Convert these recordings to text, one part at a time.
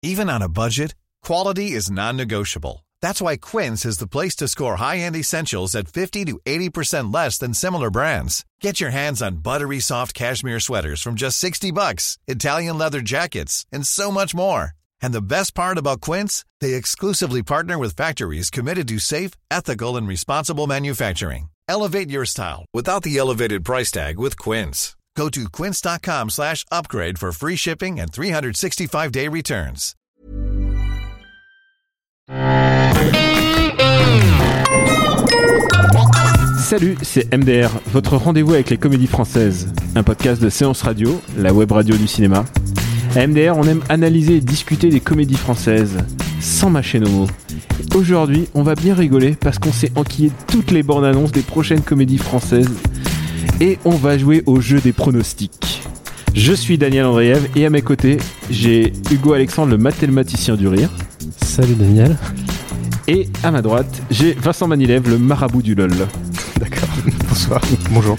Even on a budget, quality is non-negotiable. That's why Quince is the place to score high-end essentials at 50 to 80% less than similar brands. Get your hands on buttery soft cashmere sweaters from just $60, Italian leather jackets, and so much more. And the best part about Quince, they exclusively partner with factories committed to safe, ethical, and responsible manufacturing. Elevate your style without the elevated price tag with Quince. Go to quince.com/upgrade for free shipping and 365-day returns. Salut, c'est MDR, votre rendez-vous avec les comédies françaises. Un podcast de Séance Radio, la web radio du cinéma. À MDR, on aime analyser et discuter des comédies françaises, sans mâcher nos mots. Aujourd'hui, on va bien rigoler parce qu'on s'est enquillé toutes les bandes annonces des prochaines comédies françaises. Et on va jouer au jeu des pronostics. Je suis Daniel Andreev et à mes côtés, j'ai Hugo Alexandre, le mathématicien du rire. Salut Daniel. Et à ma droite, j'ai Vincent Manilev, le marabout du LOL. D'accord, bonsoir, bonjour.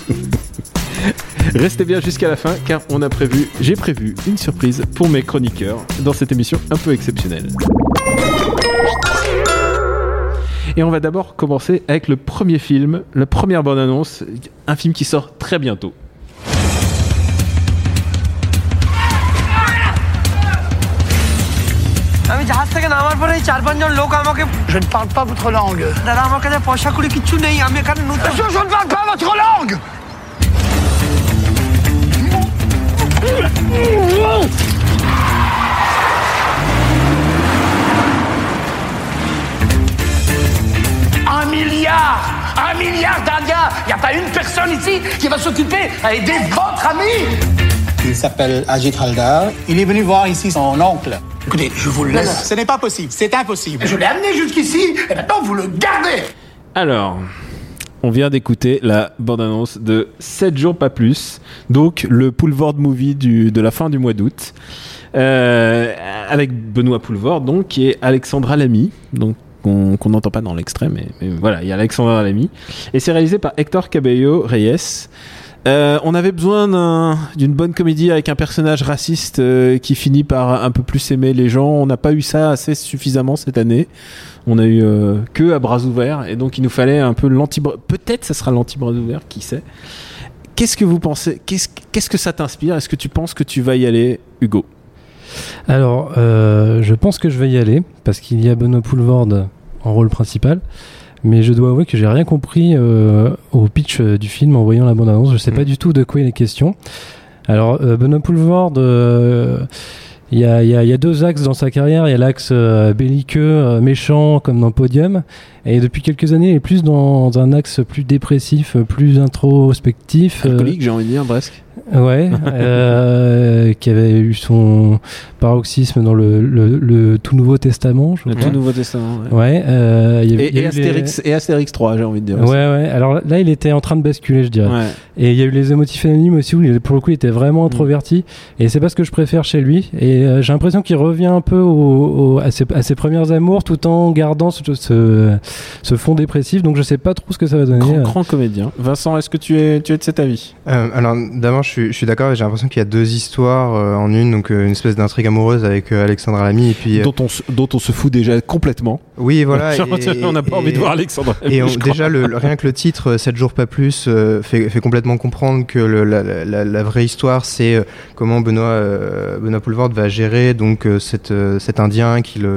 Restez bien jusqu'à la fin car j'ai prévu une surprise pour mes chroniqueurs dans cette émission un peu exceptionnelle. Et on va d'abord commencer avec le premier film, la première bande-annonce, un film qui sort très bientôt. Je ne parle pas votre langue. Je ne parle pas votre langue. Un milliard d'Indiens. Il n'y a pas une personne ici qui va s'occuper d'aider votre ami. Il s'appelle Ajit Haldar. Il est venu voir ici son oncle. Écoutez, je vous le laisse. Non, ce n'est pas possible, c'est impossible. Je l'ai amené jusqu'ici et maintenant vous le gardez. Alors, on vient d'écouter la bande-annonce de 7 jours pas plus, donc le Poulvord movie de la fin du mois d'août, avec Benoît Poulvord, donc, qui est Alexandra Lamy, donc qu'on n'entend pas dans l'extrait, mais voilà, il y a Alexandra Lamy, et c'est réalisé par Héctor Cabello Reyes. On avait besoin d'une bonne comédie avec un personnage raciste qui finit par un peu plus aimer les gens. On n'a pas eu ça assez suffisamment cette année. On a eu que à bras ouverts, et donc il nous fallait un peu peut-être ça sera l'anti-bras ouverts, qui sait. Qu'est-ce que vous pensez ? Qu'est-ce que ça t'inspire ? Est-ce que tu penses que tu vas y aller, Hugo ? Alors, je pense que je vais y aller parce qu'il y a Benoît Poulvord en rôle principal. Mais je dois avouer que j'ai rien compris au pitch du film en voyant la bande-annonce. Je sais pas du tout de quoi il est question. Alors, Benoît Poulvord, il y a deux axes dans sa carrière. Il y a l'axe belliqueux, méchant, comme dans Podium. Et depuis quelques années, il est plus dans un axe plus dépressif, plus introspectif. Alcoolique, j'ai envie de dire, presque. Ouais, qui avait eu son paroxysme dans le tout Nouveau Testament. Le tout Nouveau Testament. Ouais. Et Astérix 3, j'ai envie de dire. Ouais, ouais. Alors là, il était en train de basculer, je dirais. Ouais. Et il y a eu les émotifs anonymes aussi, où pour le coup, il était vraiment introverti. Et c'est pas ce que je préfère chez lui. Et j'ai l'impression qu'il revient un peu à ses premières amours, tout en gardant ce fond dépressif. Donc je sais pas trop ce que ça va donner. Grand comédien. Vincent, est-ce que tu es de cet avis ? Alors d'abord, je suis d'accord. J'ai l'impression qu'il y a deux histoires en une, donc une espèce d'intrigue amoureuse avec Alexandra Lamy et puis dont on se fout déjà complètement. Oui, voilà. On n'a pas envie de voir Alexandra Lamy. Et déjà, rien que le titre 7 jours pas plus fait complètement comprendre que la vraie histoire, c'est comment Benoît Poulvord va gérer donc cet Indien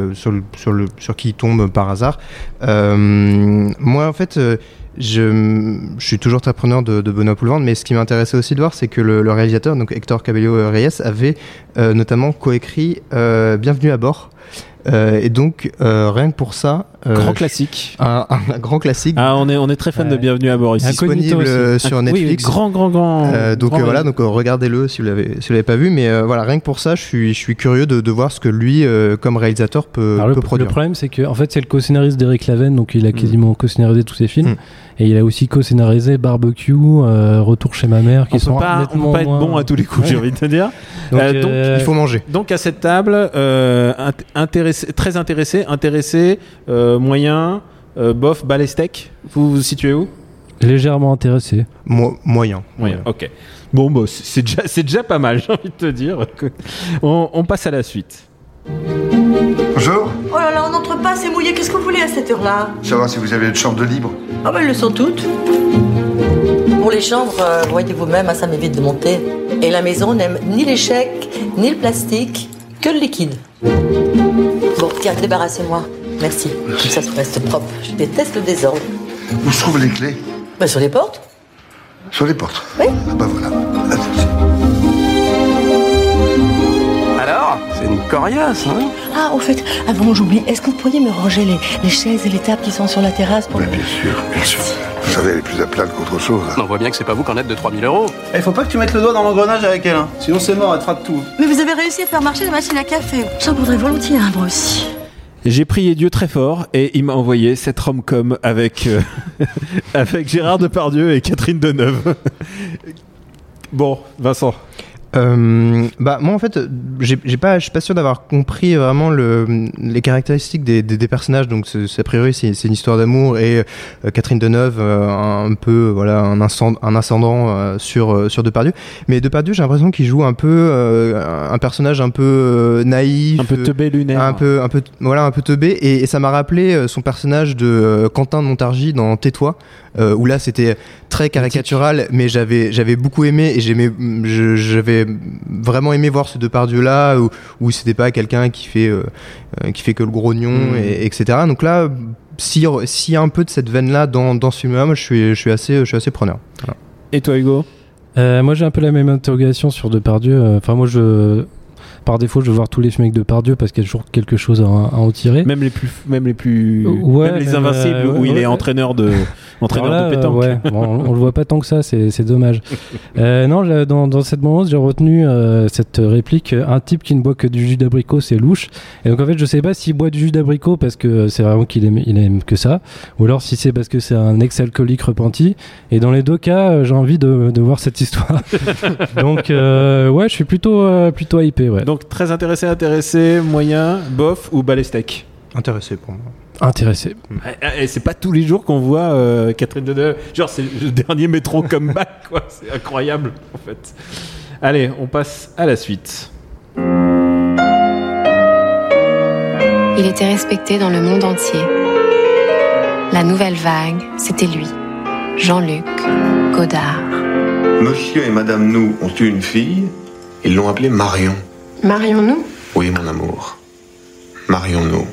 sur qui il tombe par hasard. Moi, en fait, je suis toujours très preneur de Benoît Poulvord, mais ce qui m'intéressait aussi de voir, c'est que le réalisateur, donc Héctor Cabello Reyes, avait notamment coécrit Bienvenue à bord. Et donc rien que pour ça, grand classique, un grand classique. Ah, on est très fan de Bienvenue à bord ici, disponible sur Netflix. Oui, grand. Donc voilà, donc regardez-le si vous l'avez pas vu, mais voilà, rien que pour ça, je suis curieux de voir ce que lui, comme réalisateur, peut produire. Le problème, c'est que en fait, c'est le co-scénariste d'Éric Laven, donc il a quasiment co-scénarisé tous ses films. Et il a aussi co-scénarisé Barbecue, Retour chez ma mère, qui sont nettement on peut pas être bon à tous les coups, j'ai envie de te dire. Donc il faut manger. Donc à cette table, très intéressé, moyen, bof, bas les steaks. Vous vous situez où ? Légèrement intéressé. Moyen. Ok. Bon, c'est déjà pas mal, j'ai envie de te dire. On passe à la suite. Bonjour. Oh là là, on n'entre pas, c'est mouillé. Qu'est-ce que vous voulez à cette heure-là? Savoir si vous avez une chambre de libre. Ah ben, elles le sont toutes. Pour les chambres, voyez vous-même, ça m'évite de monter. Et la maison n'aime ni les chèques, ni le plastique, que le liquide. Bon, tiens, débarrassez-moi. Merci. Comme ça reste propre. Je déteste le désordre. Où se trouvent les clés? Ben, sur les portes. Sur les portes? Oui. Ah bah voilà. Attention. Alors, c'est une coriace, hein? Ah, au fait, avant j'oublie, est-ce que vous pourriez me ranger les chaises et les tables qui sont sur la terrasse pour... Bien sûr, bien sûr. Vous savez, elle est plus à plaindre qu'autre chose. On voit bien que c'est pas vous qu'en êtes de 3 000 €. Il faut pas que tu mettes le doigt dans l'engrenage avec elle, hein. Sinon c'est mort, elle te fera de tout. Mais vous avez réussi à faire marcher la machine à café. J'en voudrais volontiers un, moi aussi. J'ai prié Dieu très fort et il m'a envoyé cette rom-com avec, avec Gérard Depardieu et Catherine Deneuve. Bon, Vincent. Bah moi en fait je suis pas sûr d'avoir compris vraiment les caractéristiques des personnages, donc a priori c'est une histoire d'amour et Catherine Deneuve un peu voilà un ascendant sur Depardieu, mais Depardieu j'ai l'impression qu'il joue un peu un personnage un peu naïf, un peu teubé lunaire, un peu teubé, et ça m'a rappelé son personnage de Quentin de Montargis dans Tais-toi, où là c'était très caricatural, mais j'avais beaucoup aimé et j'avais vraiment aimé voir ce Depardieu là où c'était pas quelqu'un qui fait que le grognon etc. Donc là s'il y a un peu de cette veine là dans ce film là, moi je suis assez preneur. Voilà. Et toi Hugo? Moi j'ai un peu la même interrogation sur Depardieu. Enfin moi par défaut, je veux voir tous les films avec Depardieu parce qu'il y a toujours quelque chose à en tirer. Même les Invincibles où il est entraîneur de pétanque. Ouais, bon, on le voit pas tant que ça, c'est dommage. Non, dans cette bande-annonce, j'ai retenu cette réplique: un type qui ne boit que du jus d'abricot, c'est louche. Et donc en fait, je sais pas s'il boit du jus d'abricot parce que c'est vraiment qu'il aime que ça, ou alors si c'est parce que c'est un ex-alcoolique repenti. Et dans les deux cas, j'ai envie de voir cette histoire. Donc ouais, je suis plutôt hypé, ouais. Donc très intéressé, moyen, bof ou balèque? Intéressé pour moi. Intéressé. Et c'est pas tous les jours qu'on voit Catherine Deneuve. Genre c'est le dernier métro comeback, quoi. C'est incroyable en fait. Allez, on passe à la suite. Il était respecté dans le monde entier. La nouvelle vague, c'était lui, Jean-Luc Godard. Monsieur et Madame Nou ont eu une fille, ils l'ont appelée Marion. Marions-nous? Oui, mon amour. Marions-nous.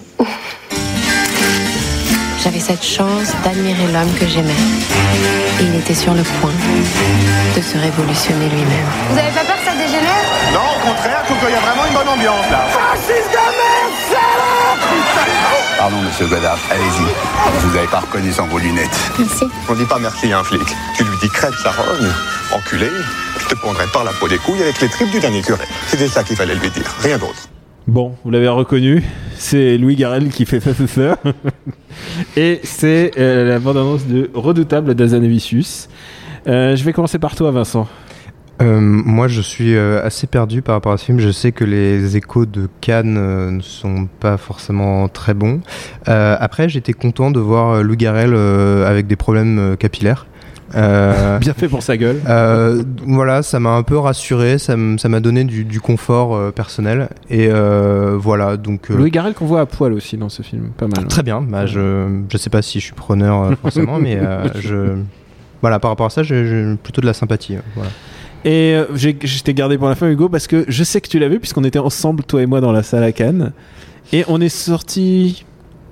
J'avais cette chance d'admirer l'homme que j'aimais. Et il était sur le point de se révolutionner lui-même. Vous avez pas peur que ça dégénère? Non, au contraire, je trouve qu'il y a vraiment une bonne ambiance là. Fasciste de merde, salope! Pardon, monsieur Godard, allez-y. Je vous avais pas reconnu sans vos lunettes. Merci. On dit pas merci à un flic. Tu lui dis crève sa rogne, enculé, je te pondrai par la peau des couilles avec les tripes du dernier curé. C'était ça qu'il fallait lui dire, rien d'autre. Bon, vous l'avez reconnu, c'est Louis Garrel qui fait ça. Et c'est la bande-annonce de Redoutable d'Azanavicius. Je vais commencer par toi, Vincent. Moi, je suis assez perdu par rapport à ce film. Je sais que les échos de Cannes ne sont pas forcément très bons. Après, j'étais content de voir Louis Garrel avec des problèmes capillaires. Bien fait pour sa gueule. Voilà, ça m'a un peu rassuré, ça m'a donné du confort personnel. Et voilà, donc. Louis Garrel qu'on voit à poil aussi dans ce film, pas mal. Très bien, bah, je sais pas si je suis preneur forcément, mais voilà, par rapport à ça, j'ai plutôt de la sympathie. Voilà. Et je t'ai gardé pour la fin, Hugo, parce que je sais que tu l'as vu, puisqu'on était ensemble, toi et moi, dans la salle à Cannes. Et on est sortis.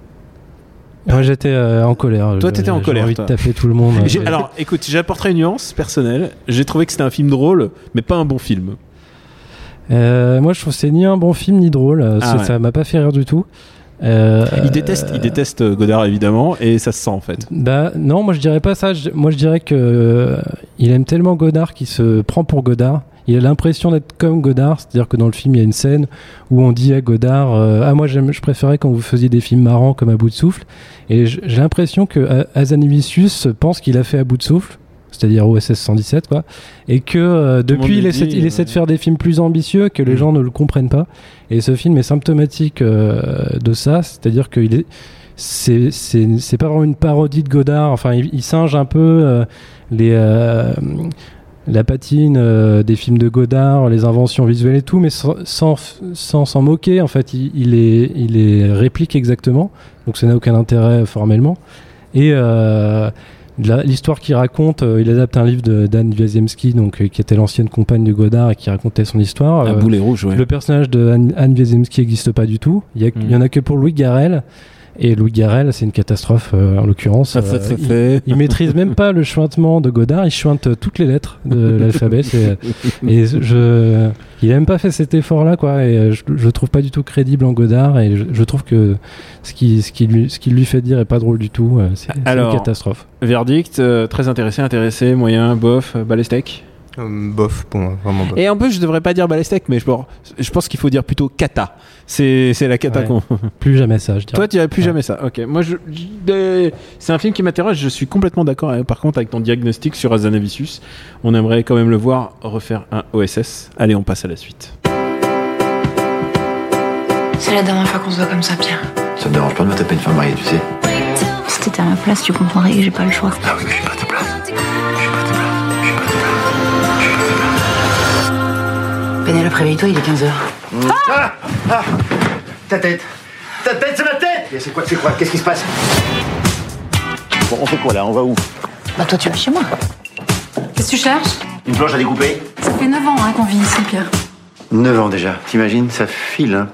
Moi, j'étais en colère. Toi, t'étais en colère. J'ai envie de taper tout le monde. Alors, écoute, j'apporterai une nuance personnelle. J'ai trouvé que c'était un film drôle, mais pas un bon film. Moi, je trouve que c'est ni un bon film ni drôle. Ça m'a pas fait rire du tout. Il déteste Godard évidemment, et ça se sent en fait. Bah non, moi je dirais pas ça. Moi je dirais que il aime tellement Godard qu'il se prend pour Godard. Il a l'impression d'être comme Godard, c'est-à-dire que dans le film il y a une scène où on dit à Godard moi je préférais quand vous faisiez des films marrants comme À bout de souffle, et j'ai l'impression que Hazanavicius pense qu'il a fait À bout de souffle, c'est-à-dire OSS 117 quoi, et que depuis il essaie de faire des films plus ambitieux, que les gens ne le comprennent pas, et ce film est symptomatique de ça, c'est-à-dire que c'est pas vraiment une parodie de Godard, enfin il singe un peu la patine des films de Godard, les inventions visuelles et tout, mais sans s'en moquer. En fait, il les réplique exactement, donc ça n'a aucun intérêt formellement. Et l'histoire qu'il raconte, il adapte un livre d'Anne Wiazemski, qui était l'ancienne compagne de Godard et qui racontait son histoire. Un boulet rouge, ouais. Le personnage de Anne Wiazemski n'existe pas du tout. Il y en a que pour Louis Garrel. Et Louis Garrel, c'est une catastrophe en l'occurrence. Il maîtrise même pas le chuintement de Godard, il chuinte toutes les lettres de l'alphabet. Il a même pas fait cet effort-là, quoi. Et je trouve pas du tout crédible en Godard. Et je trouve que ce qu'il lui fait dire est pas drôle du tout. C'est une catastrophe. Verdict, très intéressé, moyen, bof, balèstec. Bof, bon, vraiment bof. Et en plus, je devrais pas dire balèstec, mais je pense qu'il faut dire plutôt cata. C'est la cata qu'on... Plus jamais ça, je dirais. Toi, tu dirais plus jamais ça. Ok. Moi, c'est un film qui m'intéresse. Je suis complètement d'accord, par contre, avec ton diagnostic sur Hazanavicius. On aimerait quand même le voir refaire un OSS. Allez, on passe à la suite. C'est la dernière fois qu'on se voit comme ça, Pierre. Ça me dérange pas de me taper une femme mariée, tu sais. Si t'étais à ma place, tu comprendrais que j'ai pas le choix. Ah oui, mais je suis pas à ta place. Pénélope, réveille-toi, il est 15h. Ta tête, c'est ma tête. Et c'est quoi qu'est-ce qui se passe? Bon, on fait quoi là? On va où? Bah toi, tu vas chez moi. Qu'est-ce que tu cherches? Une planche à découper. Ça fait 9 ans qu'on vit ici, Pierre. 9 ans déjà, t'imagines? Ça file, hein.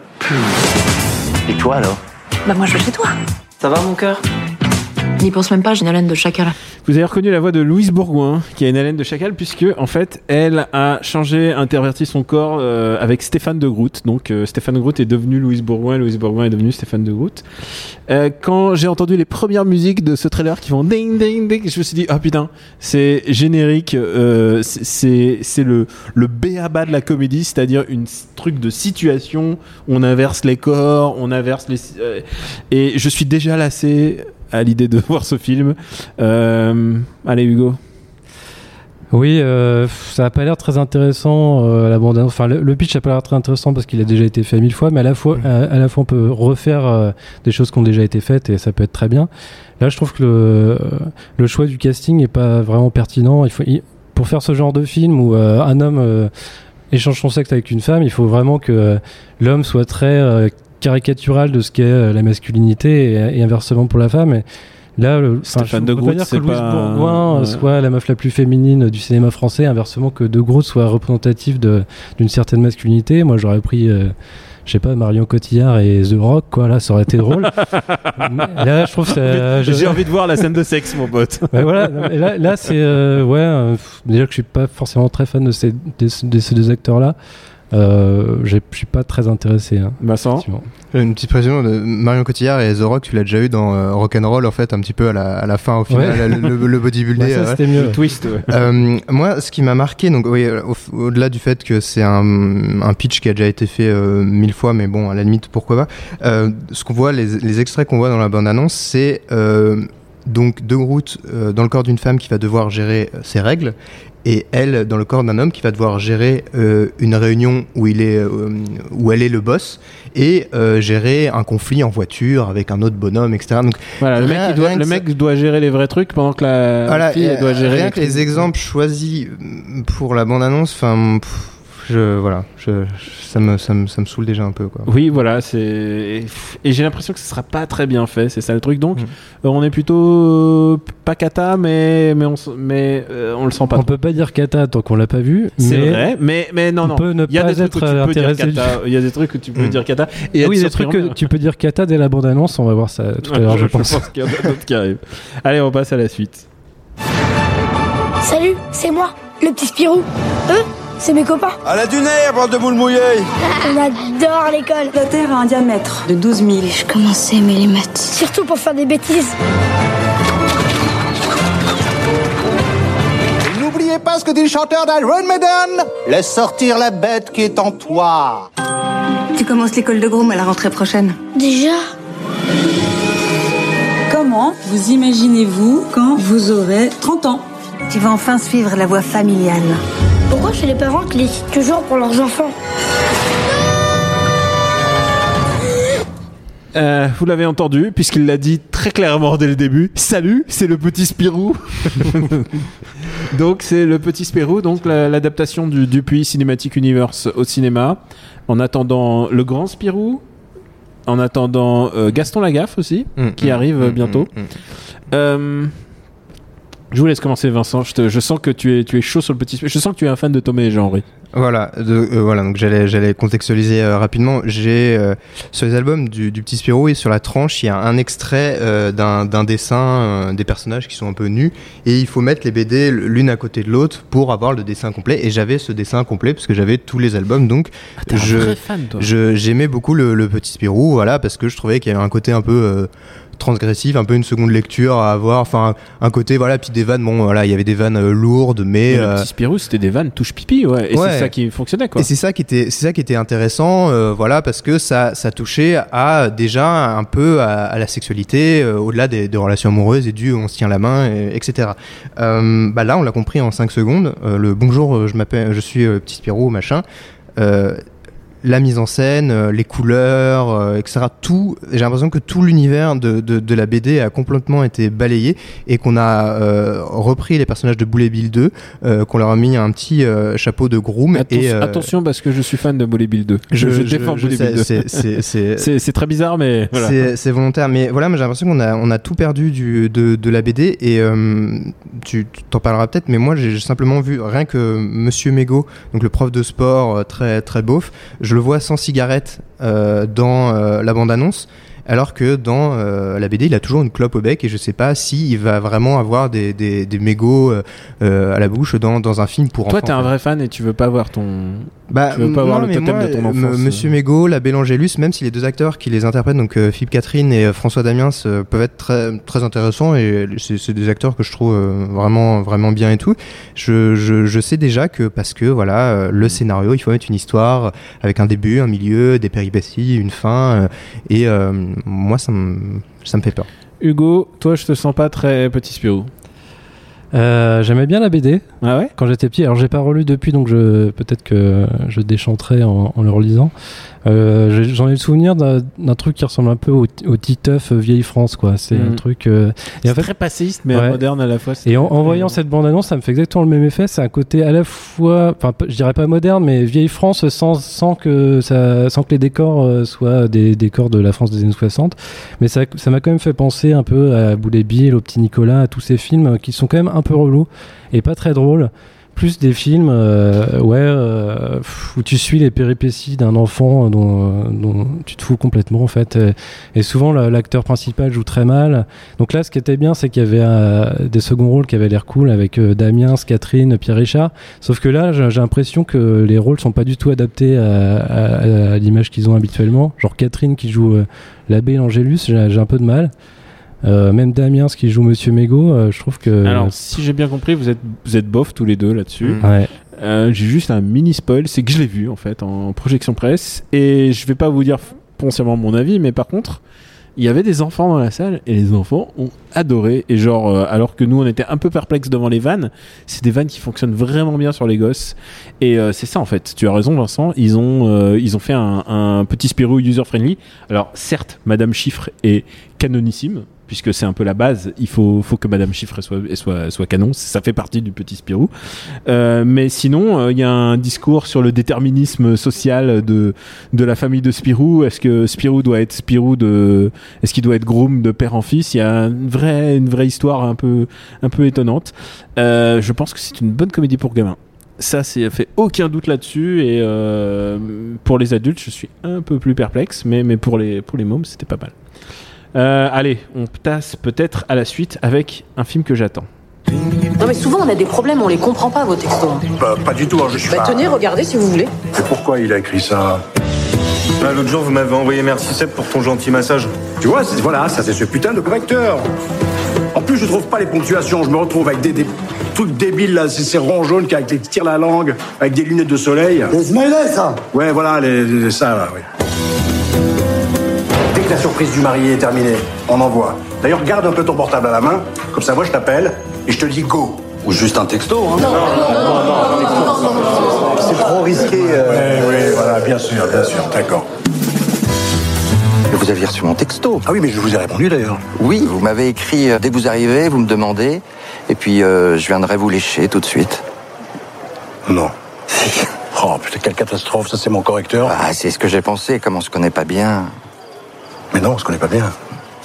Et toi alors? Bah moi, je vais chez toi. Ça va mon cœur? N'y pense même pas, j'ai une haleine de chacal. Vous avez reconnu la voix de Louise Bourgoin, qui a une haleine de chacal, puisque en fait, elle a interverti son corps avec Stéphane de Groot. Donc Stéphane de Groot est devenu Louise Bourgoin, Louise Bourgoin est devenue Stéphane de Groot. Quand j'ai entendu les premières musiques de ce trailer qui font ding ding ding, je me suis dit ah putain, c'est générique, c'est le b.a.-ba de la comédie, c'est-à-dire une truc de situation, on inverse les corps, on inverse les et je suis déjà lassé à l'idée de voir ce film. Allez Hugo. Oui, ça a pas l'air très intéressant, la bande. Enfin, le pitch a pas l'air très intéressant parce qu'il a déjà été fait 1000 fois, mais à la fois on peut refaire des choses qui ont déjà été faites et ça peut être très bien. Là, je trouve que le choix du casting est pas vraiment pertinent. Pour faire ce genre de film où un homme échange son sexe avec une femme, il faut vraiment que l'homme soit très caricatural de ce qu'est la masculinité et inversement pour la femme. Et là, Stéphane de Groot, c'est pas... Louise Bourgoin soit la meuf la plus féminine du cinéma français, inversement que de Groot soit représentatif d'une certaine masculinité. Moi, j'aurais pris, je sais pas, Marion Cotillard et The Rock, quoi. Là, ça aurait été drôle. Là, je trouve que j'ai envie de voir la scène de sexe, mon pote. Ouais, voilà. Là, c'est déjà que je suis pas forcément très fan de ces deux acteurs-là. Je suis pas très intéressé. Vincent, une petite précision de Marion Cotillard et The Rock, tu l'as déjà eu dans Rock'n'Roll en fait, un petit peu à la fin au final, le bodybuildé. Ça, c'était mieux. Le twist. Moi, ce qui m'a marqué, donc oui, au-delà du fait que c'est un pitch qui a déjà été fait 1000 fois, mais bon, à la limite, pourquoi pas. Ce qu'on voit, les extraits qu'on voit dans la bande-annonce, c'est donc de Groot dans le corps d'une femme qui va devoir gérer ses règles. Et elle, dans le corps d'un homme qui va devoir gérer une réunion où elle est le boss et gérer un conflit en voiture avec un autre bonhomme, etc. Donc, voilà, le mec doit gérer les vrais trucs pendant que la fille elle doit gérer rien que les exemples choisis pour la bande-annonce, enfin... ça me saoule déjà un peu, quoi. Oui, voilà, et j'ai l'impression que ce sera pas très bien fait, c'est ça le truc. Donc on est plutôt pas cata, mais on le sent pas. On peut pas dire cata tant qu'on l'a pas vu. C'est vrai, mais non. On peut ne pas être intéressé. Il y a des trucs que tu peux dire cata. Et oui, des trucs que tu peux dire cata dès la bande-annonce. On va voir ça tout à l'heure, je pense. Je pense qu'il y en a d'autres qui arrivent. Allez, on passe à la suite. Salut, c'est moi, le petit Spirou. C'est mes copains. À la dunaire, bande de moules mouillées. On adore l'école. La Terre a un diamètre de 12 000. Je commence à aimer les maths. Surtout pour faire des bêtises. Et n'oubliez pas ce que dit le chanteur d'Iron Maiden. Laisse sortir la bête qui est en toi. Tu commences l'école de Groom à la rentrée prochaine. Déjà ? Comment vous imaginez-vous quand vous aurez 30 ans? Tu vas enfin suivre la voie familiale. Pourquoi chez les parents qui décident toujours pour leurs enfants? Vous l'avez entendu, puisqu'il l'a dit très clairement dès le début. Salut, c'est le petit Spirou. Donc c'est le Petit Spirou, donc l'adaptation du Dupuis Cinematic Universe au cinéma. En attendant le Grand Spirou, en attendant Gaston Lagaffe aussi, qui arrive bientôt. Je vous laisse commencer, Vincent. Je sens que tu es chaud sur le Petit Spirou. Je sens que tu es un fan de Thomas et Jean-Henri. Voilà, donc j'allais contextualiser rapidement. J'ai sur les albums du Petit Spirou et sur la tranche, il y a un extrait d'un dessin des personnages qui sont un peu nus et il faut mettre les BD l'une à côté de l'autre pour avoir le dessin complet. Et j'avais ce dessin complet parce que j'avais tous les albums, donc t'es un vrai fan, toi. J'aimais beaucoup le Petit Spirou, voilà, parce que je trouvais qu'il y avait un côté un peu transgressif, un peu une seconde lecture à avoir, enfin un côté voilà, puis des vannes, bon voilà, il y avait des vannes lourdes, mais le Petit Spirou c'était des vannes touche pipi, ouais, et c'est ça qui fonctionnait, quoi. Et c'est ça qui était intéressant, voilà, parce que ça touchait à déjà un peu à la sexualité, au-delà des relations amoureuses et du on se tient la main, etc. Là on l'a compris en 5 secondes, le bonjour, je suis Petit Spirou, machin. La mise en scène, les couleurs, etc. Tout, j'ai l'impression que tout l'univers de la BD a complètement été balayé et qu'on a repris les personnages de Boule Bill 2, qu'on leur a mis un petit chapeau de groom. Attention, parce que je suis fan de Boule Bill 2. Je défends Boule Bill 2. C'est très bizarre, mais voilà. C'est volontaire. Mais voilà, moi j'ai l'impression qu'on a tout perdu de la BD et tu t'en parleras peut-être, mais moi j'ai simplement vu rien que Monsieur Mégo, donc le prof de sport très très beauf. Je le vois sans cigarette dans la bande-annonce, alors que dans la BD, il a toujours une clope au bec et je sais pas s'il va vraiment avoir des mégots à la bouche dans un film pour enfants. Toi, t'es un vrai fan et tu veux pas avoir tu veux pas avoir le totem de ton enfance. Monsieur Mégo, la Bélangélus, même si les deux acteurs qui les interprètent, donc Philippe Catherine et François Damiens, peuvent être très, très intéressants et c'est des acteurs que je trouve vraiment, vraiment bien et tout. Je sais déjà que parce que voilà, le scénario, il faut mettre une histoire avec un début, un milieu, des péripéties, une fin et moi ça me fait peur. Hugo, toi je te sens pas très Petit Spirou. J'aimais bien la BD quand j'étais petit. Alors j'ai pas relu depuis, donc peut-être que je déchanterai en le relisant. J'en ai le souvenir d'un truc qui ressemble un peu au Titeuf vieille France, quoi. C'est un truc c'est en fait, très passéiste mais moderne à la fois. Et en voyant cette bande-annonce, ça me fait exactement le même effet. C'est un côté à la fois, enfin je dirais pas moderne, mais vieille France sans que les décors soient des décors de la France des années 60. Mais ça m'a quand même fait penser un peu à Boule Bill, au Petit Nicolas, à tous ces films qui sont quand même un peu relous et pas très drôles. Plus des films où tu suis les péripéties d'un enfant dont tu te fous complètement en fait, et souvent l'acteur principal joue très mal. Donc là ce qui était bien, c'est qu'il y avait des seconds rôles qui avaient l'air cool avec Damiens, Catherine, Pierre Richard, sauf que là j'ai l'impression que les rôles sont pas du tout adaptés à l'image qu'ils ont habituellement. Genre Catherine qui joue l'abbé Angélus, j'ai un peu de mal. Même Damiens qui joue Monsieur Mégo, je trouve que... Alors, si j'ai bien compris, vous êtes bof tous les deux là-dessus. Ouais. J'ai juste un mini spoil, c'est que je l'ai vu en fait en projection presse et je vais pas vous dire foncièrement mon avis, mais par contre, il y avait des enfants dans la salle et les enfants ont adoré. Et genre, alors que nous on était un peu perplexes devant les vannes, c'est des vannes qui fonctionnent vraiment bien sur les gosses. Et c'est ça en fait. Tu as raison, Vincent. Ils ont fait un Petit Spirou user-friendly. Alors certes, Madame Chiffre est canonissime, puisque c'est un peu la base, il faut que Madame Chiffre soit canon, ça fait partie du Petit Spirou. Mais sinon, il y a un discours sur le déterminisme social de la famille de Spirou. Est-ce que Spirou doit être est-ce qu'il doit être groom de père en fils? Il y a une vraie histoire un peu étonnante. Je pense que c'est une bonne comédie pour gamins. Ça, fait aucun doute là-dessus. Et pour les adultes, je suis un peu plus perplexe, mais pour les mômes, c'était pas mal. Allez, on passe peut-être à la suite avec un film que j'attends. Non mais souvent on a des problèmes, on les comprend pas vos textos. Pas du tout, hein, je suis pas... Tenez, regardez si vous voulez. Mais pourquoi il a écrit ça? L'autre jour, vous m'avez envoyé merci Seb pour ton gentil massage. Tu vois, voilà, ça c'est ce putain de correcteur. En plus, je trouve pas les ponctuations, je me retrouve avec des trucs débiles là, ces ronds jaunes qui tirent la langue, avec des lunettes de soleil. Les smileys, ça. Ouais, voilà, ça là, oui. Dès que la surprise du marié est terminée, on envoie. D'ailleurs, garde un peu ton portable à la main, comme ça moi je t'appelle et je te dis go. Ou juste un texto, hein. Non. C'est trop risqué. Oui, voilà, bien sûr, d'accord. Mais vous aviez reçu mon texto. Ah oui, mais je vous ai répondu d'ailleurs. Oui, vous m'avez écrit dès que vous arrivez, vous me demandez. Et puis, je viendrai vous lécher tout de suite. Non. Oh putain, quelle catastrophe, ça c'est mon correcteur. Ah, c'est ce que j'ai pensé, comme on se connaît pas bien. Mais non, on se connaît pas bien.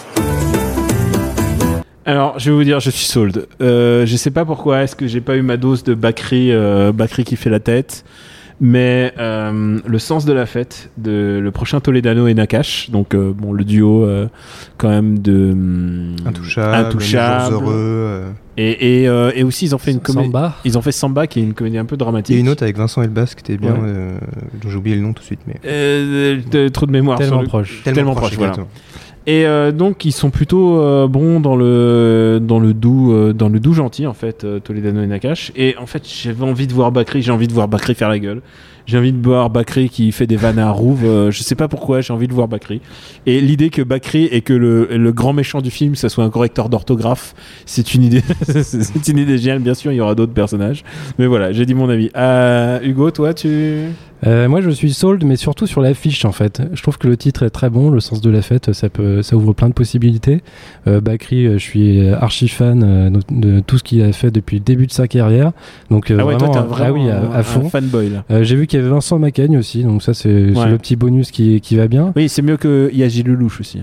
Alors, je vais vous dire, je suis sold. Je sais pas pourquoi, est-ce que j'ai pas eu ma dose de Bakri qui fait la tête, mais le sens de la fête de le prochain Toledano et Nakash, donc bon, le duo quand même de Intouchable. Les jours heureux. Et aussi ils ont fait une comédie. Samba. Ils ont fait Samba, qui est une comédie un peu dramatique. Et une autre avec Vincent Elbaz qui était bien, dont j'ai oublié le nom tout de suite, mais trop de mémoire. Tellement proche. Tellement proche, voilà. exactement. Et donc ils sont plutôt bons dans le doux gentil en fait, Toledano et Nakash. Et en fait j'avais envie de voir Bakri, j'ai envie de voir Bakri faire la gueule. J'ai envie de voir Bakri qui fait des vannes à Rouve. Je sais pas pourquoi, j'ai envie de voir Bakri. Et l'idée que Bakri et que le grand méchant du film, ça soit un correcteur d'orthographe, c'est une idée, c'est une idée géniale. Bien sûr, il y aura d'autres personnages, mais voilà, j'ai dit mon avis. Hugo, toi, moi, je suis sold, mais surtout sur l'affiche en fait. Je trouve que le titre est très bon, le sens de la fête, ça ouvre plein de possibilités. Bakri, je suis archi fan de tout ce qu'il a fait depuis le début de sa carrière. Donc vraiment, à fond. Un fanboy là. J'ai vu qu'il y avait Vincent Macaigne aussi, donc ça c'est le petit bonus qui va bien. Oui, c'est mieux qu'il y a Gilles Lelouch aussi.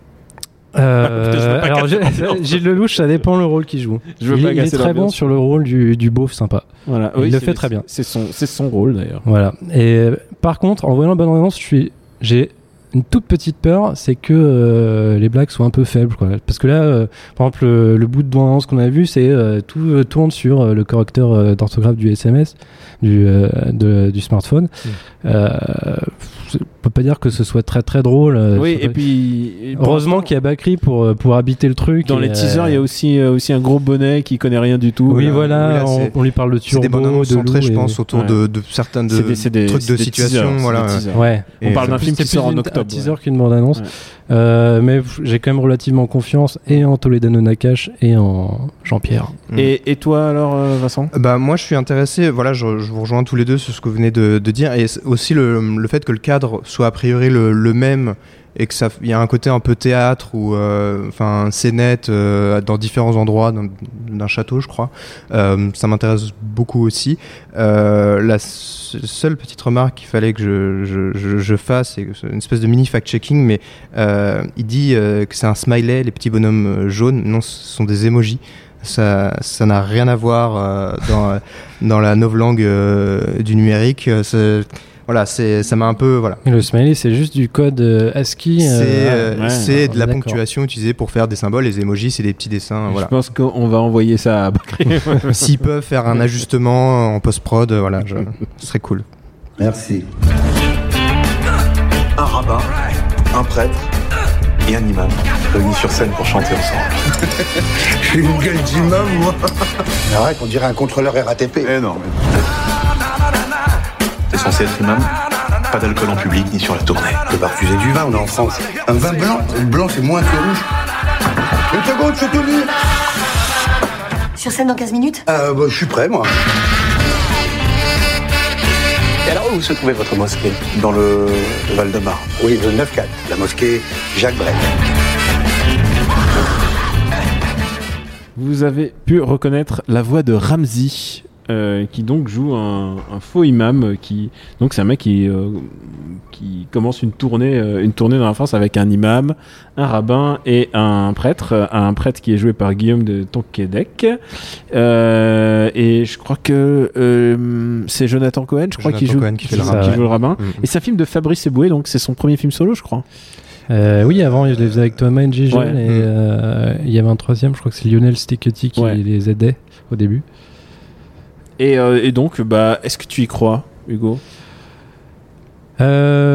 Alors Gilles Lelouch, ça dépend le rôle qu'il joue. Il est très bon sur le rôle du beauf sympa. Voilà. Il le fait très bien. C'est son rôle d'ailleurs. Voilà. Et par contre, en voyant la bande-annonce, j'ai une toute petite peur, c'est que les blagues soient un peu faibles, quoi. Parce que là, par exemple, le bout de bande-annonce qu'on a vu, c'est tout tourne sur le correcteur d'orthographe du SMS, du smartphone. On peut pas dire que ce soit très très drôle. Oui, et puis heureusement qu'il y a Bakri pour habiter le truc. Dans les teasers, il y a aussi un gros bonnet qui connaît rien du tout. Oui, voilà, on lui parle de turbo, c'est des bonhommes centrés, je pense, autour de certains trucs de situation. Voilà. Ouais. On parle d'un film qui sort en octobre. Un teaser qu'une bande-annonce. Mais j'ai quand même relativement confiance et en Toledano Nakash et en Jean-Pierre. Et toi alors, Vincent ? Bah moi, je suis intéressé. Voilà, je vous rejoins tous les deux sur ce que vous venez de dire, et aussi le fait que le cadre soit a priori le même, et que il y a un côté un peu théâtre ou scénette dans différents endroits d'un château, je crois. Ça m'intéresse beaucoup aussi. La seule petite remarque qu'il fallait que je fasse, c'est une espèce de mini fact-checking, mais il dit que c'est un smiley, les petits bonhommes jaunes. Non, ce sont des emojis. Ça n'a rien à voir dans la novlangue du numérique. Voilà, ça m'a un peu, voilà. Et le smiley, c'est juste du code ASCII. C'est de la ponctuation utilisée pour faire des symboles. Les emojis, c'est des petits dessins. Voilà. Je pense qu'on va envoyer ça à Bakri. S'ils peuvent faire un ajustement en post-prod, voilà, ce serait cool. Merci. Un rabbin, un prêtre et un imam réunis sur scène pour chanter ensemble. J'ai une gueule d'imam, moi. Arrête, on dirait un contrôleur RATP. Eh non, mais... T'es censé être imam, pas d'alcool en public ni sur la tournée. On peut pas refuser du vin, on est en France. Un vin blanc, le blanc c'est moins que le rouge. Une seconde, je suis tenu. Sur scène dans 15 minutes ? Je suis prêt, moi. Et alors, où se trouvait votre mosquée ? Dans le Val-de-Marne. Oui, le 9-4, la mosquée Jacques Brel. Vous avez pu reconnaître la voix de Ramzi, qui donc joue un faux imam, donc c'est un mec qui commence une tournée dans la France avec un imam, un rabbin et un prêtre qui est joué par Guillaume de Tonquédec, et je crois que c'est Jonathan Cohen, qui joue le rabbin. Et c'est un film de Fabrice Eboué, donc c'est son premier film solo, je crois. Oui, avant il les faisait avec Thomas Njijol, et il y avait un troisième, je crois que c'est Lionel Steketty qui les aidait au début. Et donc, est-ce que tu y crois, Hugo ? Ça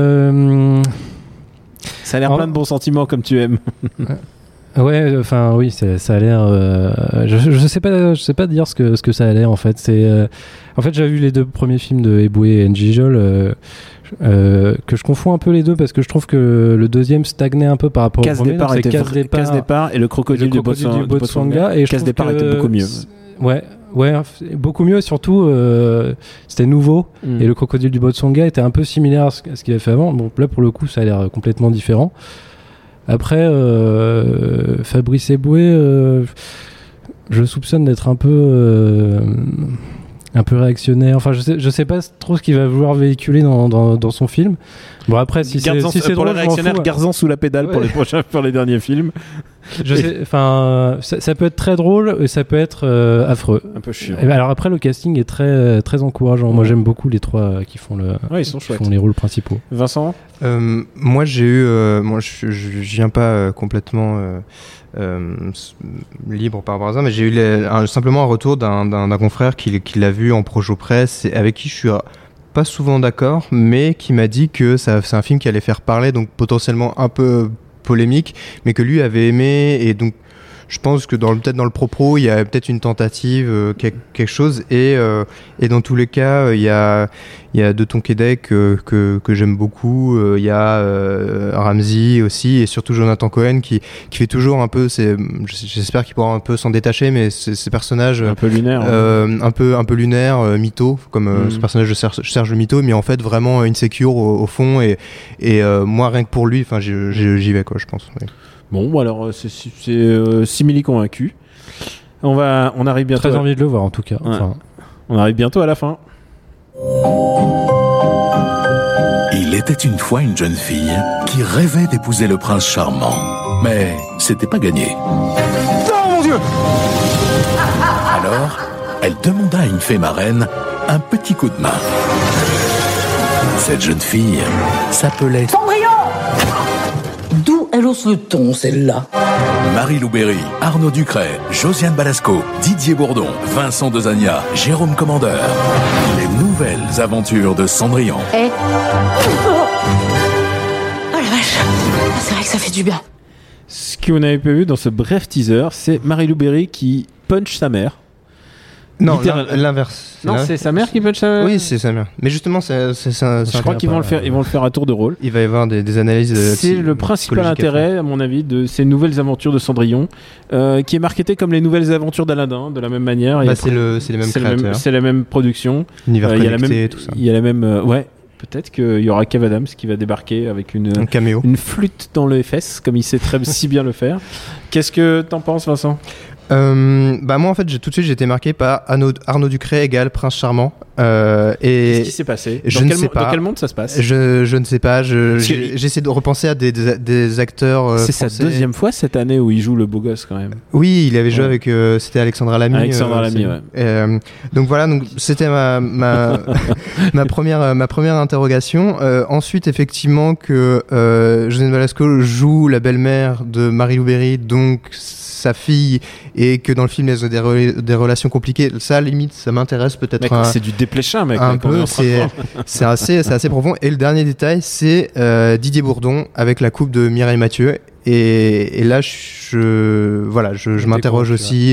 a l'air plein de bons sentiments, comme tu aimes. Ouais, enfin oui, ça a l'air. Je sais pas dire ce que ça a l'air en fait. En fait, j'avais vu les deux premiers films de Eboué et Njijol. Que je confonds un peu les deux parce que je trouve que le deuxième stagnait un peu par rapport au premier. Casse départ et le crocodile du Botswana. Et Casse départ était beaucoup mieux. Ouais, beaucoup mieux. Surtout, c'était nouveau et le crocodile du Botswana était un peu similaire à ce qu'il avait fait avant. Bon, là pour le coup, ça a l'air complètement différent. Après, Fabrice Eboué, je soupçonne d'être un peu réactionnaire. Enfin, je sais pas trop ce qu'il va vouloir véhiculer dans son film. Bon, après, si c'est pour drôle, les réactionnaires, je m'en fous. Garzan sous la pédale pour les derniers films. Ça peut être très drôle et ça peut être affreux. Un peu chiant. Alors après, le casting est très, très encourageant. Moi, j'aime beaucoup les trois qui font ils sont chouettes. qui font les rôles principaux. Vincent, moi, j'ai eu, je viens pas complètement libre par rapport à ça, mais j'ai eu simplement un retour d'un confrère qui l'a vu en projo presse et avec qui je suis pas souvent d'accord, mais qui m'a dit que c'est un film qui allait faire parler, donc potentiellement un peu polémique, mais que lui avait aimé, et donc je pense que peut-être dans le propos il y a peut-être une tentative, quelque chose, et dans tous les cas il y a De Tonquédec que j'aime beaucoup, il y a Ramsey aussi, et surtout Jonathan Cohen qui fait toujours un peu, j'espère qu'il pourra un peu s'en détacher, mais ces personnages un peu lunaires, un peu lunaire, mytho, comme ce personnage de Serge Mito, mais en fait vraiment insecure au fond, et moi rien que pour lui, enfin j'y vais quoi, je pense. Oui. Bon, alors c'est simili convaincu. On arrive bientôt. Très envie de le voir en tout cas. Ouais. On arrive bientôt à la fin. Il était une fois une jeune fille qui rêvait d'épouser le prince charmant. Mais c'était pas gagné. Non, mon Dieu! Alors, elle demanda à une fée marraine un petit coup de main. Cette jeune fille s'appelait Cendrillon! D'où elle hausse le ton, celle-là? Marie Louberry, Arnaud Ducret, Josiane Balasco, Didier Bourdon, Vincent Dezania, Jérôme Commandeur. Les nouvelles aventures de Cendrillon. Oh la vache! C'est vrai que ça fait du bien. Ce que vous n'avez pas vu dans ce bref teaser, c'est Marie Louberry qui punch sa mère. Non, l'inverse. Non, c'est sa mère qui punch sa mère. Oui, c'est sa mère. Mais justement, je crois qu'ils vont le faire à tour de rôle. Il va y avoir des analyses. C'est le principal intérêt, à mon avis, de ces nouvelles aventures de Cendrillon, qui est marketé comme les nouvelles aventures d'Aladin, de la même manière. C'est les mêmes créateurs. C'est la même production. Univers connecté, tout ça. Il y a la même. Ouais. Peut-être qu'il y aura Kev Adams qui va débarquer avec un caméo, une flûte dans le fesses, comme il sait si bien le faire. Qu'est-ce que t'en penses, Vincent? Moi en fait tout de suite j'ai été marqué par Arnaud Ducret égale Prince Charmant, et qu'est-ce qui s'est passé? Dans quel monde ça se passe? Je ne sais pas, j'essaie de repenser à des acteurs c'est français. Sa deuxième fois cette année où il joue le beau gosse quand même. Oui, il avait joué avec c'était Alexandra Lamy, ouais. Donc voilà, donc c'était ma première interrogation. Ensuite effectivement que Josiane Balasco joue la belle-mère de Marie Louberry, donc sa fille, et que dans le film elles ont des relations compliquées, ça limite ça m'intéresse peut-être. Mec, c'est du dépléchin, mec. Un peu, c'est assez profond. Et le dernier détail, c'est Didier Bourdon avec la coupe de Mireille Mathieu, et là je m'interroge aussi.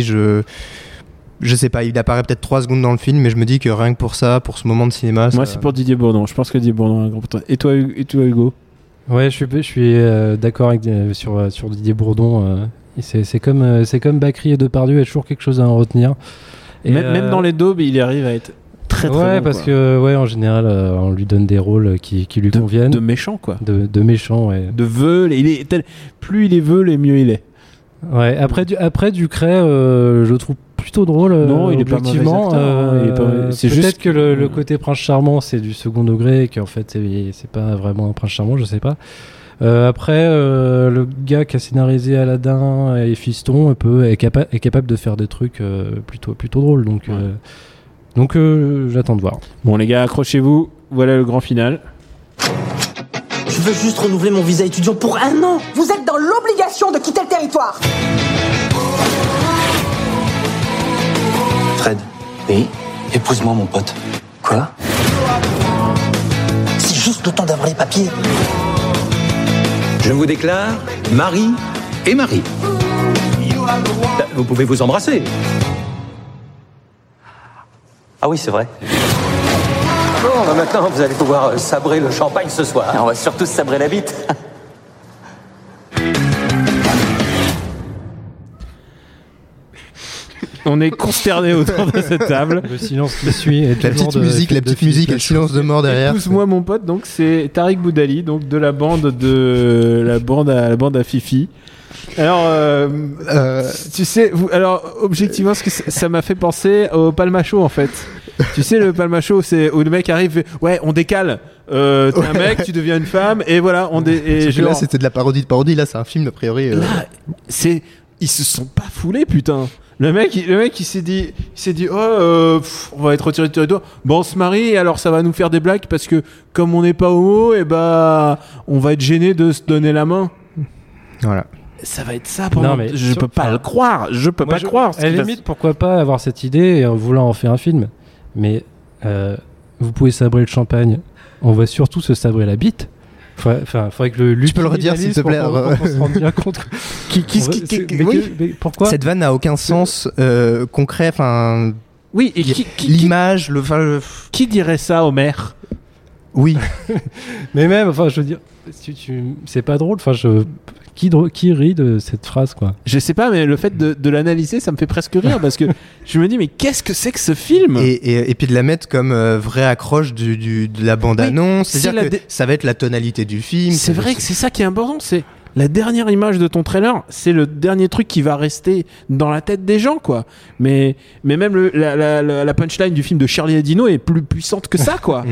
Je sais pas, il apparaît peut-être 3 secondes dans le film, mais je me dis que rien que pour ça, pour ce moment de cinéma, moi c'est pour Didier Bourdon. Je pense que Didier Bourdon a un grand potentiel. Et toi Hugo? Ouais, je suis d'accord sur Didier Bourdon. C'est comme Bacri et Depardieu, il y a toujours quelque chose à en retenir. Et même dans les daubes, il arrive à être très bon. Ouais, parce que en général, on lui donne des rôles qui lui conviennent. De méchant, quoi. De méchant, ouais. De veule. Plus il est veule, et mieux il est. Ouais. Après Ducret, je le trouve plutôt drôle. Non, il est pas mauvais acteur. C'est peut-être que le côté prince charmant, c'est du second degré, et qu'en fait, c'est pas vraiment un prince charmant, je sais pas. Après, le gars qui a scénarisé Aladin et Fiston est capable de faire des trucs plutôt drôles. Donc j'attends de voir. Bon les gars, accrochez-vous. Voilà le grand final. Je veux juste renouveler mon visa étudiant pour 1 an. Vous êtes dans l'obligation de quitter le territoire. Fred. Oui. Épouse-moi, mon pote. Quoi? C'est juste le temps d'avoir les papiers. Je vous déclare Marie et Marie. Vous pouvez vous embrasser. Ah oui, c'est vrai. Bon, maintenant, vous allez pouvoir sabrer le champagne ce soir. Et on va surtout sabrer la bite. On est consternés autour de cette table. Le silence qui suit. Et la petite musique et le silence de mort derrière. Pousse-moi mon pote, donc c'est Tariq Boudali, donc de la bande à Fifi. Alors, tu sais, objectivement, ce que ça m'a fait penser au Palmacho en fait. Tu sais, le Palmacho, c'est où le mec arrive, ouais, on décale. T'es un mec, tu deviens une femme, et voilà, Là, c'était de la parodie de parodie. Là, c'est un film a priori. Là, ils se sont pas foulés, putain. Le mec, il s'est dit, on va être retiré du territoire. Bon, on se marie, et alors ça va nous faire des blagues parce que comme on n'est pas homo, et on va être gêné de se donner la main. Voilà. Ça va être ça pendant... Non, mais je peux pas le croire. Je peux pas croire. À la limite, pourquoi pas avoir cette idée et en voulant en faire un film. Mais vous pouvez sabrer le champagne. On va surtout se sabrer la bite. Faudrait que tu peux le redire s'il te plaît. On se rende bien compte. Mais pourquoi cette vanne n'a aucun sens concret. Enfin. Oui. Et l'image, qui dirait ça, Homer? Oui. Mais même, je veux dire, c'est pas drôle. Qui rit de cette phrase, quoi? Je sais pas, mais le fait de l'analyser, ça me fait presque rire parce que je me dis, mais qu'est-ce que c'est que ce film? Et puis de la mettre comme vraie accroche de la bande-annonce. C'est-à-dire que ça va être la tonalité du film. C'est vrai que c'est ça qui est important, c'est la dernière image de ton trailer, c'est le dernier truc qui va rester dans la tête des gens, quoi. Mais même la punchline du film de Charlie Adino est plus puissante que ça, quoi.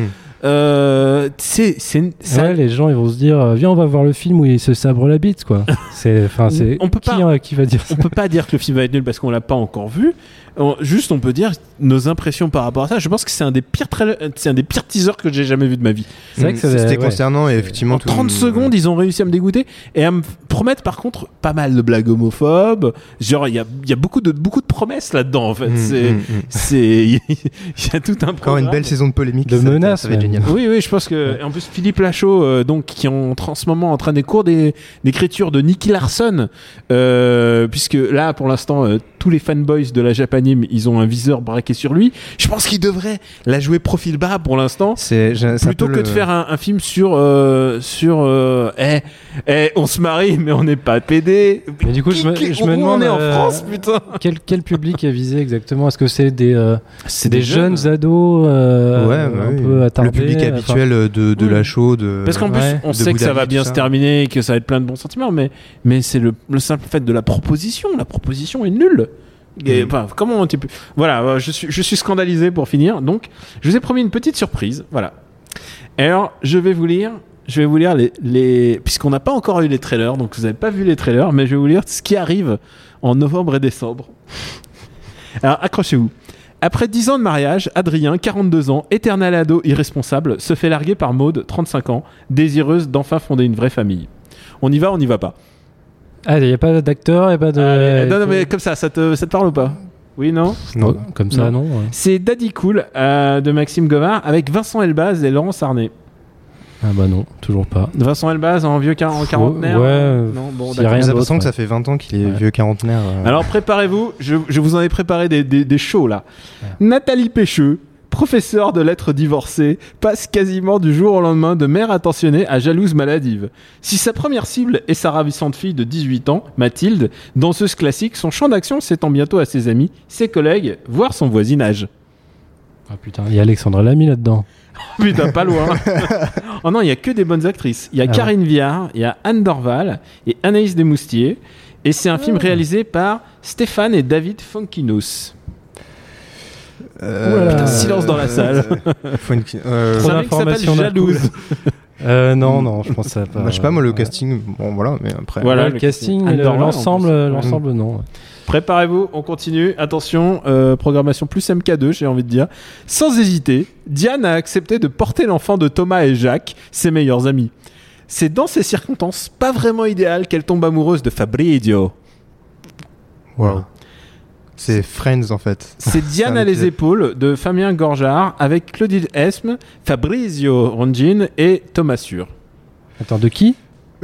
Ouais, les gens ils vont se dire viens on va voir le film où il se sabre la bite, quoi. On peut qui va dire ça? On peut pas dire que le film va être nul parce qu'on l'a pas encore vu. Juste on peut dire nos impressions par rapport à ça. Je pense que c'est un des pires teasers que j'ai jamais vu de ma vie. C'est vrai que c'était concernant et effectivement en 30 secondes ils ont réussi à me dégoûter et à me promettre par contre pas mal de blagues homophobes. Genre il y a beaucoup de promesses là-dedans en fait. Il y a tout un encore une belle saison de polémique, de menaces. Ça va être génial. Oui, je pense que en plus Philippe Lachaud, donc qui est en ce moment en train des cours d'écriture de Nicky Larson, puisque là pour l'instant tous les fanboys de la Japanime ils ont un viseur braqué sur lui. Je pense qu'il devrait la jouer profil bas pour l'instant, plutôt que de faire un film sur on se marie mais on n'est pas pédé. Mais du coup je me demande on est en France, putain. Quel public est visé exactement? Est-ce que c'est des jeunes ados un peu attardés, le public habituel de Lachaud, parce qu'en plus on sait que ça va bien se terminer et que ça va être plein de bons sentiments, mais c'est le simple fait de la proposition est nulle. Et, comment tu peux... Voilà, je suis scandalisé pour finir. Donc, je vous ai promis une petite surprise. Voilà. Alors, je vais vous lire les... Puisqu'on n'a pas encore eu les trailers, donc vous n'avez pas vu les trailers, mais je vais vous lire ce qui arrive en novembre et décembre. Alors, accrochez-vous. Après 10 ans de mariage, Adrien, 42 ans, éternel ado irresponsable, se fait larguer par Maude, 35 ans, désireuse d'enfin fonder une vraie famille. On y va pas? Ah, il n'y a pas d'acteur, il n'y a pas de... non, mais comme ça te parle ou pas? Oui, non? Non, comme ça, non. Ouais. C'est Daddy Cool de Maxime Govard avec Vincent Elbaz et Laurent Sarnet. Ah bah non, toujours pas. Vincent Elbaz en vieux quarantenaire. Ouais, non, bon, j'ai l'impression que ça fait 20 ans qu'il est vieux quarantenaire. Alors préparez-vous, je vous en ai préparé des shows là. Ouais. Nathalie Pécheux, professeur de lettres divorcée, passe quasiment du jour au lendemain de mère attentionnée à jalouse maladive. Si sa première cible est sa ravissante fille de 18 ans, Mathilde, danseuse classique, son champ d'action s'étend bientôt à ses amis, ses collègues, voire son voisinage. Ah putain, il y a Alexandra Lamy là-dedans. Putain, pas loin. Oh non, il y a que des bonnes actrices. Il y a Karine Viard, il y a Anne Dorval et Anaïs Desmoustiers. Et c'est un film réalisé par Stéphane et David Fonkinos. Putain, silence dans la salle. Trop d'informations jalouse. Non, je pense à pas. Je sais pas, moi, le casting, bon voilà, mais après. Voilà, le casting, l'ensemble, non. Préparez-vous, on continue. Attention, programmation plus MK2, j'ai envie de dire. Sans hésiter, Diane a accepté de porter l'enfant de Thomas et Jacques, ses meilleurs amis. C'est dans ces circonstances pas vraiment idéales qu'elle tombe amoureuse de Fabrizio. Wow. C'est Friends en fait. C'est Diane à les épaules de Fabien Gorjard avec Claudine Esme, Fabrizio Rongin et Thomas Sûr. Attends, de qui?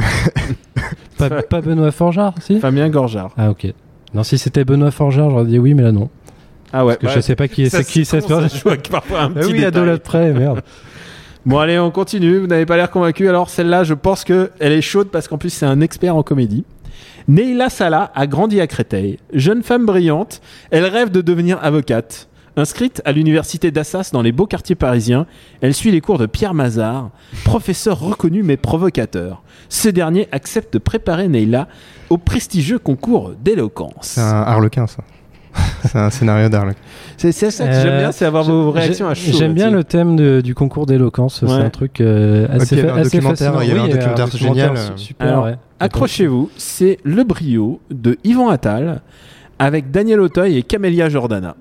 pas Benoît Forjard, si? Fabien Gorjard. Ah ok. Non, si c'était Benoît Forjard, j'aurais dit oui, mais là non. Ah ouais. Parce que je sais pas qui c'est qui cette personne. Parfois un petit oui, à 2 lettres près, merde. Bon allez, on continue. Vous n'avez pas l'air convaincu. Alors celle-là, je pense que elle est chaude parce qu'en plus c'est un expert en comédie. Neila Salah a grandi à Créteil. Jeune femme brillante, elle rêve de devenir avocate. Inscrite à l'université d'Assas dans les beaux quartiers parisiens, elle suit les cours de Pierre Mazard, professeur reconnu mais provocateur. Ce dernier accepte de préparer Neila au prestigieux concours d'éloquence. C'est un harlequin, ça. C'est un scénario d'Arlock. C'est ça que j'aime bien, c'est avoir vos réactions à chaud. J'aime bien le thème du concours d'éloquence. C'est un truc assez documentaire. Il y avait un documentaire génial. Super. Alors, accrochez-vous, c'est Le Brio de Yvan Attal avec Daniel Auteuil et Camélia Jordana.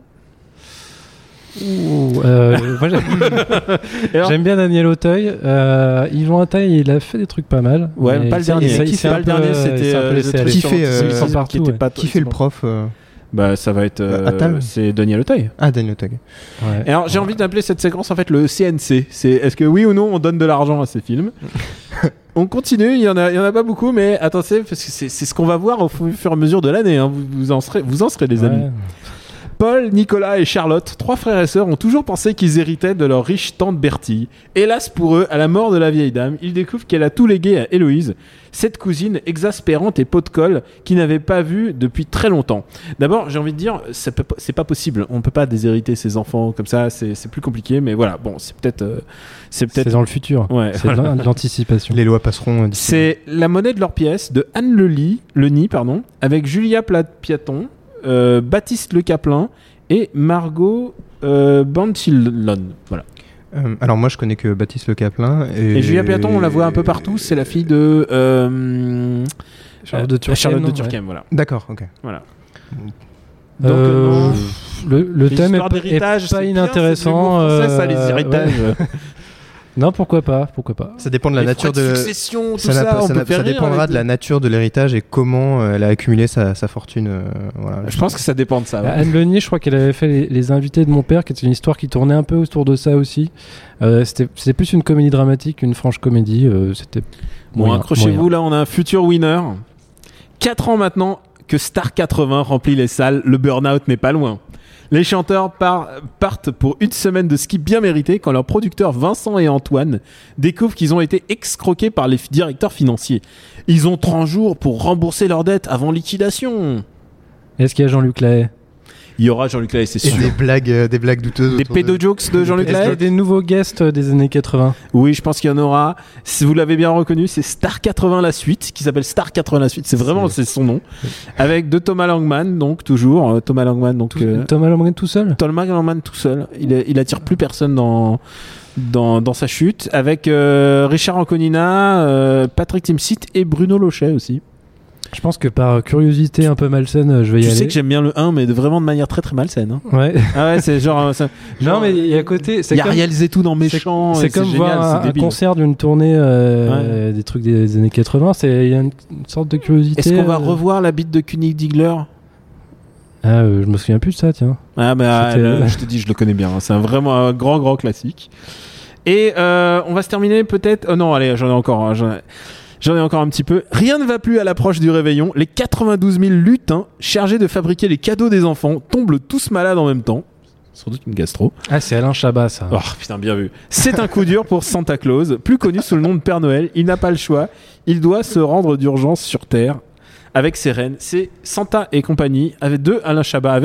Moi, j'aime bien Daniel Auteuil. Yvan Attal, il a fait des trucs pas mal. Ouais, pas le dernier. Pas le dernier, c'était qui fait le prof Bah, ça va être c'est Daniel Auteuil. Ah, Daniel Auteuil. Ouais. Et alors, j'ai envie d'appeler cette séquence en fait le CNC. C'est est-ce que oui ou non on donne de l'argent à ces films? On continue, il y en a pas beaucoup, mais attendez, parce que c'est ce qu'on va voir au fur et à mesure de l'année. Hein. Vous en serez les amis. Paul, Nicolas et Charlotte, 3 frères et sœurs, ont toujours pensé qu'ils héritaient de leur riche tante Bertie. Hélas pour eux, à la mort de la vieille dame, ils découvrent qu'elle a tout légué à Héloïse, cette cousine exaspérante et pot de colle qu'ils n'avaient pas vue depuis très longtemps. D'abord, j'ai envie de dire, c'est pas possible. On peut pas déshériter ses enfants comme ça, c'est plus compliqué, mais voilà, bon, c'est peut-être dans le futur. Ouais, c'est de l'anticipation. Les lois passeront. C'est La monnaie de leur pièce de Anne Leni, avec Julia Piaton, Baptiste Le Caplin et Margot Banchillon. Voilà. Alors moi je connais que Baptiste Le Caplin et Julia Piaton, on la voit un peu partout, c'est la fille de Charlotte de Turckheim, voilà. D'accord, ok. Voilà. Donc le thème est pas inintéressant. Ça, les héritages. Non, pourquoi pas. Ça dépend de la nature de succession, ça dépendra de la nature de l'héritage et comment elle a accumulé sa fortune. Voilà. Je pense que ça dépend de ça. Ouais. Anne Leni, je crois qu'elle avait fait les Invités de mon père, qui était une histoire qui tournait un peu autour de ça aussi. C'était plus une comédie dramatique qu'une franche comédie. C'était bon, accrochez-vous, là on a un futur winner. 4 ans maintenant que Star 80 remplit les salles, le burn-out n'est pas loin. Les chanteurs partent pour une semaine de ski bien méritée quand leurs producteurs Vincent et Antoine découvrent qu'ils ont été escroqués par les directeurs financiers. Ils ont 30 jours pour rembourser leurs dettes avant liquidation. Est-ce qu'il y a Jean-Luc Lahaye? Il y aura Jean-Luc Lahaye, c'est sûr. Et des blagues douteuses. Des pédo-jokes de Jean-Luc Lahaye. Des nouveaux guests des années 80. Oui, je pense qu'il y en aura. Si vous l'avez bien reconnu, c'est Star 80 la suite, qui s'appelle Star 80 la suite. C'est son nom. Avec de Thomas Langman, donc toujours. Thomas Langman, donc. Thomas Langman tout seul? Thomas Langman tout seul. Il attire plus personne dans sa chute. Avec Richard Anconina, Patrick Timsit et Bruno Lochet aussi. Je pense que par curiosité un peu malsaine, je vais y aller. Tu sais que j'aime bien le 1, mais vraiment de manière très très malsaine. Hein. Ouais. Ah ouais, c'est genre. Non, mais il y a côté. Il y a Ariel Zetou dans Méchant. C'est comme génial, voir un concert d'une tournée des trucs des années 80. Il y a une sorte de curiosité. Est-ce qu'on va revoir la bite de König Diggler? Ah, je me souviens plus de ça, tiens. Ah, mais je te dis, je le connais bien. Hein. C'est vraiment un grand classique. Et on va se terminer peut-être. Oh non, allez, j'en ai encore. J'en ai encore un petit peu. Rien ne va plus à l'approche du réveillon. Les 92 000 lutins chargés de fabriquer les cadeaux des enfants tombent tous malades en même temps. Sans doute une gastro. Ah, c'est Alain Chabat, ça. Oh, putain, bien vu. C'est un coup dur pour Santa Claus, plus connu sous le nom de Père Noël. Il n'a pas le choix. Il doit se rendre d'urgence sur Terre avec ses reines. C'est Santa et compagnie, avec Alain Chabat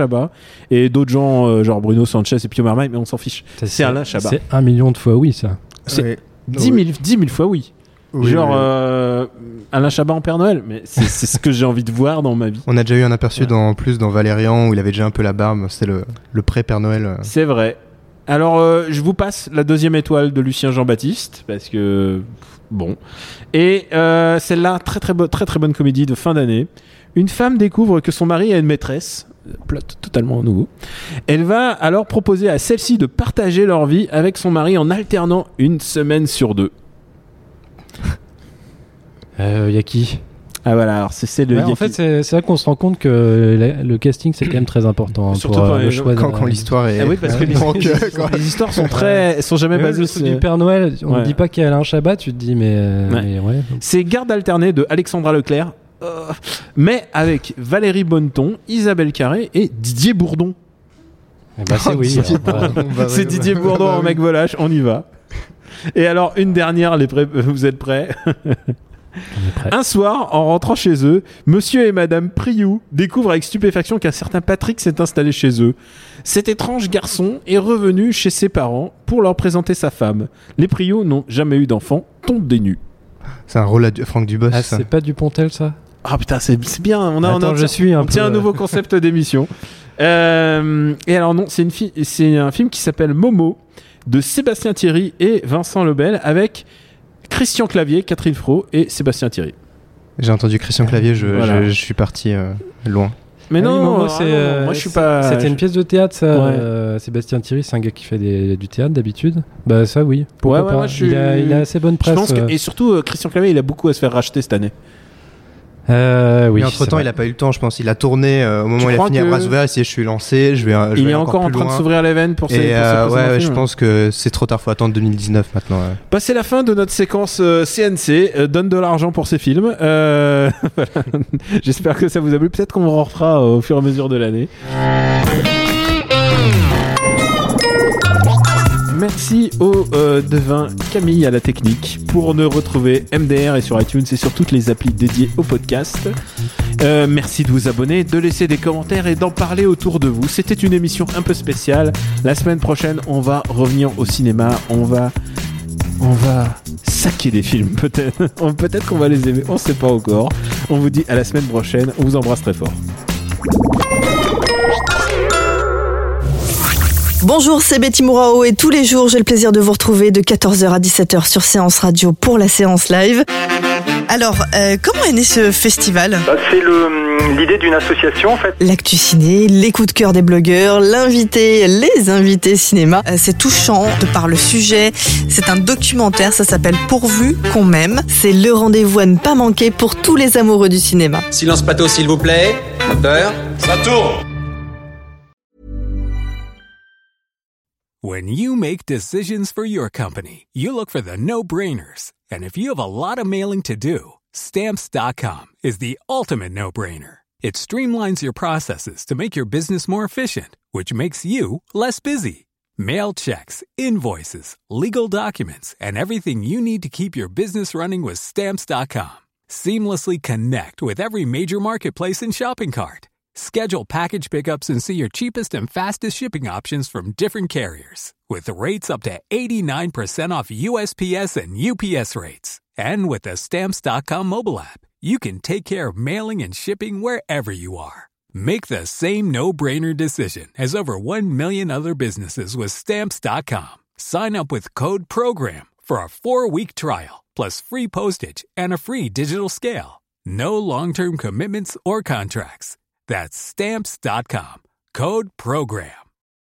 et d'autres gens, genre Bruno Sanchez et Pio Marmaille, mais on s'en fiche. C'est Alain Chabat. C'est 1 million de fois oui, ça. C'est 10 000 fois oui. Oui, genre Alain Chabat en Père Noël, mais c'est ce que j'ai envie de voir dans ma vie. On a déjà eu un aperçu dans Valérian où il avait déjà un peu la barbe, c'était le pré-Père Noël. C'est vrai. Alors je vous passe la 2e étoile de Lucien Jean-Baptiste parce que bon. Et celle-là, très bonne comédie de fin d'année. Une femme découvre que son mari a une maîtresse. Plot totalement nouveau. Elle va alors proposer à celle-ci de partager leur vie avec son mari en alternant une semaine sur 2. Y a qui? Ah voilà, alors c'est le. Ouais, en fait, c'est là qu'on se rend compte que le casting c'est quand même très important. Surtout pour, quand l'histoire est. Ah oui, parce que les histoires sont jamais basées sur du Père Noël. On ne dit pas qu'il y a Alain Chabat, tu te dis mais ouais. C'est Garde alternée de Alexandra Leclerc, mais avec Valérie Bonneton, Isabelle Carré et Didier Bourdon. C'est Didier Bourdon en mec volache, on y va. Et alors une dernière, vous êtes prêts? Un soir, en rentrant chez eux, monsieur et madame Priou découvrent avec stupéfaction qu'un certain Patrick s'est installé chez eux. Cet étrange garçon est revenu chez ses parents pour leur présenter sa femme. Les Priou n'ont jamais eu d'enfant, tombent des nus. C'est un rôle à Franck Dubosc. Ah, c'est pas Dupontel, ça? Ah putain, c'est bien. On tient un nouveau concept d'émission. Et alors non, c'est un film qui s'appelle Momo de Sébastien Thierry et Vincent Lebel avec Christian Clavier, Catherine Fro et Sébastien Thierry. J'ai entendu Christian Clavier, je suis parti loin. Mais non, Momo, moi je suis pas. C'était une pièce de théâtre, ça. Ouais. Sébastien Thierry, c'est un gars qui fait du théâtre d'habitude. Bah ça, oui. Pourquoi pas. Moi, il a assez bonne presse. Je pense et surtout Christian Clavier, il a beaucoup à se faire racheter cette année. Oui. Mais entre-temps, il a pas eu le temps, je pense. Il a tourné au moment où il a fini à bras ouverts. Il je suis lancé, il est encore en train de s'ouvrir les veines pour ses ouais, je pense que c'est trop tard. Faut attendre 2019 maintenant. Ouais. Passer la fin de notre séquence CNC. Donne de l'argent pour ces films. Voilà. J'espère que ça vous a plu. Peut-être qu'on en refera au fur et à mesure de l'année. Merci au devin Camille à la technique. Pour nous retrouver MDR et sur iTunes et sur toutes les applis dédiées au podcast. Merci de vous abonner, de laisser des commentaires et d'en parler autour de vous. C'était une émission un peu spéciale. La semaine prochaine, on va revenir au cinéma. On va saquer des films, peut-être. Peut-être qu'on va les aimer, on sait pas encore. On vous dit à la semaine prochaine. On vous embrasse très fort. Bonjour, c'est Betty Mourao et tous les jours, j'ai le plaisir de vous retrouver de 14h à 17h sur Séance Radio pour la séance live. Alors, comment est né ce festival ? C'est l'idée d'une association en fait. L'actu ciné, les coups de cœur des blogueurs, les invités cinéma. C'est touchant de par le sujet. C'est un documentaire, ça s'appelle Pourvu qu'on m'aime. C'est le rendez-vous à ne pas manquer pour tous les amoureux du cinéma. Silence plateau s'il vous plaît. Moteur. Ça tourne. When you make decisions for your company, you look for the no-brainers. And if you have a lot of mailing to do, Stamps.com is the ultimate no-brainer. It streamlines your processes to make your business more efficient, which makes you less busy. Mail checks, invoices, legal documents, and everything you need to keep your business running with Stamps.com. Seamlessly connect with every major marketplace and shopping cart. Schedule package pickups and see your cheapest and fastest shipping options from different carriers. With rates up to 89% off USPS and UPS rates. And with the Stamps.com mobile app, you can take care of mailing and shipping wherever you are. Make the same no-brainer decision as over 1 million other businesses with Stamps.com. Sign up with code PROGRAM for a 4-week trial, plus free postage and a free digital scale. No long-term commitments or contracts. That's Stamps.com. Code PROGRAM.